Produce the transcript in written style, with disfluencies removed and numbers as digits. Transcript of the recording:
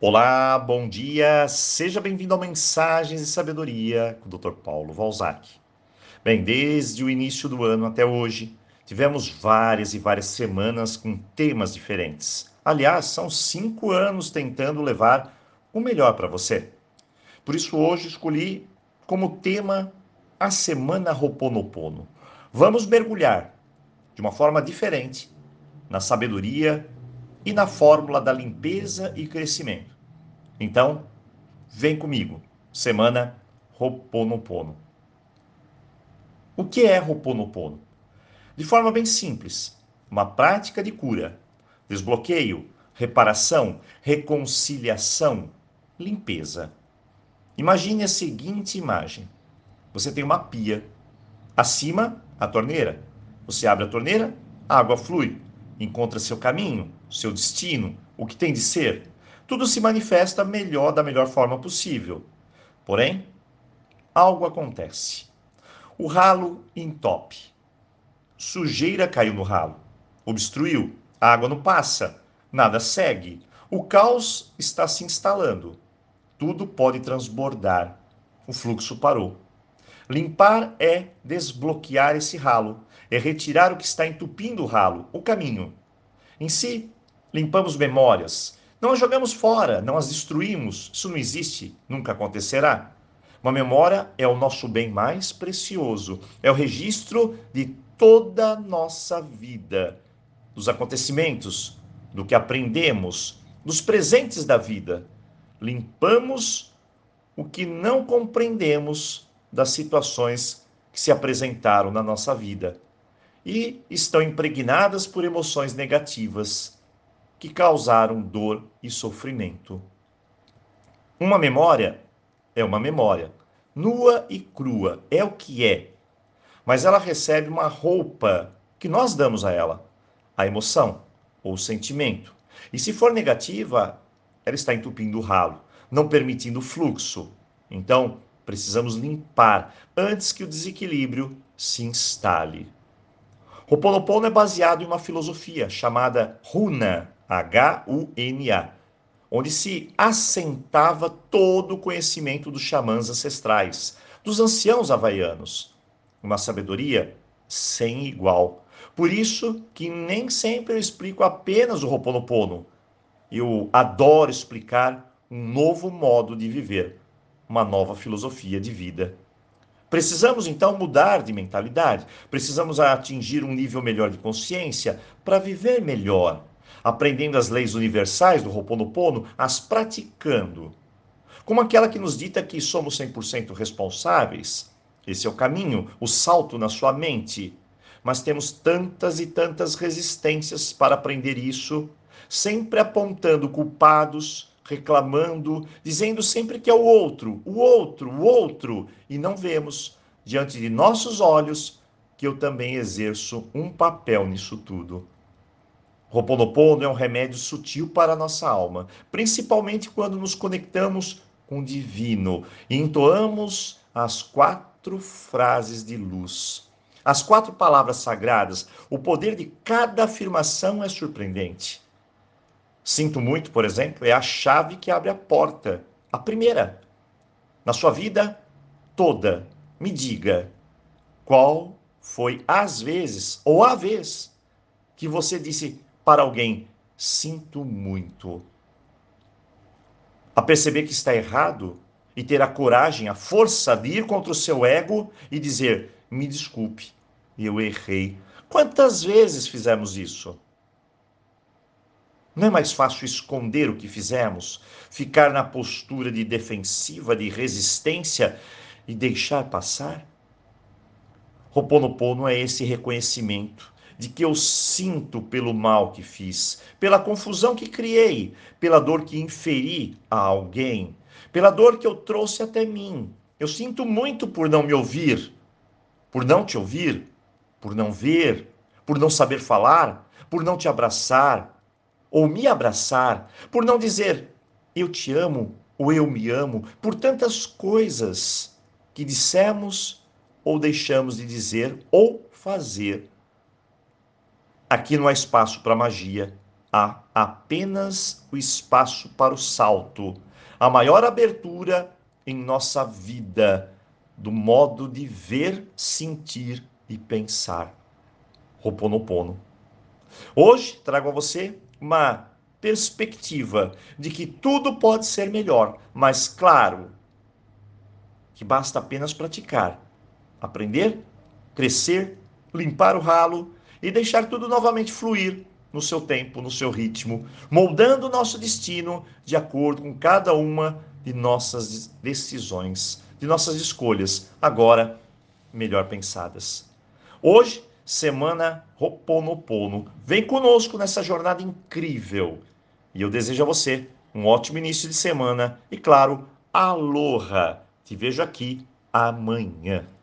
Olá, bom dia, seja bem-vindo ao Mensagens de Sabedoria com o Dr. Paulo Valzac. Bem, desde o início do ano até hoje, tivemos várias e várias semanas com temas diferentes. Aliás, são 5 anos tentando levar o melhor para você. Por isso, hoje escolhi como tema a Semana Ho'oponopono. Vamos mergulhar de uma forma diferente na sabedoria e na fórmula da limpeza e crescimento. Então, vem comigo. Semana Ho'oponopono. O que é Ho'oponopono? De forma bem simples, uma prática de cura, desbloqueio, reparação, reconciliação, limpeza. Imagine a seguinte imagem. Você tem uma pia. Acima, a torneira. Você abre a torneira, a água flui. Encontra seu caminho, seu destino, o que tem de ser. Tudo se manifesta melhor da melhor forma possível. Porém, algo acontece. O ralo entope. Sujeira caiu no ralo. Obstruiu. A água não passa. Nada segue. O caos está se instalando. Tudo pode transbordar. O fluxo parou. Limpar é desbloquear esse ralo. É retirar o que está entupindo o ralo, o caminho. Em si, limpamos memórias. Não as jogamos fora, não as destruímos. Isso não existe, nunca acontecerá. Uma memória é o nosso bem mais precioso. É o registro de toda a nossa vida, dos acontecimentos, do que aprendemos, dos presentes da vida. Limpamos o que não compreendemos das situações que se apresentaram na nossa vida e estão impregnadas por emoções negativas que causaram dor e sofrimento. Uma memória é uma memória, nua e crua, é o que é, mas ela recebe uma roupa que nós damos a ela, a emoção ou o sentimento. E se for negativa, ela está entupindo o ralo, não permitindo o fluxo. Então, precisamos limpar antes que o desequilíbrio se instale. Ho'oponopono é baseado em uma filosofia chamada Huna, Huna, onde se assentava todo o conhecimento dos xamãs ancestrais, dos anciãos havaianos. Uma sabedoria sem igual. Por isso que nem sempre eu explico apenas o Ho'oponopono. Eu adoro explicar um novo modo de viver, uma nova filosofia de vida. Precisamos então mudar de mentalidade, precisamos atingir um nível melhor de consciência para viver melhor, aprendendo as leis universais do Ho'oponopono, as praticando, como aquela que nos dita que somos 100% responsáveis. Esse é o caminho, o salto na sua mente. Mas temos tantas e tantas resistências para aprender isso, sempre apontando culpados, reclamando, dizendo sempre que é o outro, o outro, o outro, e não vemos diante de nossos olhos que eu também exerço um papel nisso tudo. Ho'oponopono é um remédio sutil para a nossa alma, principalmente quando nos conectamos com o divino e entoamos as 4 frases de luz. As 4 palavras sagradas, o poder de cada afirmação é surpreendente. Sinto muito, por exemplo, é a chave que abre a porta. A primeira. Na sua vida toda, me diga qual foi as vezes ou a vez que você disse para alguém: sinto muito. A perceber que está errado e ter a coragem, a força de ir contra o seu ego e dizer: me desculpe, eu errei. Quantas vezes fizemos isso? Não é mais fácil esconder o que fizemos, ficar na postura de defensiva, de resistência e deixar passar? Ho'oponopono é esse reconhecimento de que eu sinto pelo mal que fiz, pela confusão que criei, pela dor que inferi a alguém, pela dor que eu trouxe até mim. Eu sinto muito por não me ouvir, por não te ouvir, por não ver, por não saber falar, por não te abraçar ou me abraçar, por não dizer eu te amo ou eu me amo, por tantas coisas que dissemos ou deixamos de dizer ou fazer. Aqui não há espaço para magia, há apenas o espaço para o salto, a maior abertura em nossa vida, do modo de ver, sentir e pensar. Ho'oponopono. Hoje trago a você uma perspectiva de que tudo pode ser melhor, mas claro que basta apenas praticar, aprender, crescer, limpar o ralo e deixar tudo novamente fluir no seu tempo, no seu ritmo, moldando o nosso destino de acordo com cada uma de nossas decisões, de nossas escolhas, agora melhor pensadas. Hoje, semana Ho'oponopono. Vem conosco nessa jornada incrível. E eu desejo a você um ótimo início de semana e, claro, aloha! Te vejo aqui amanhã.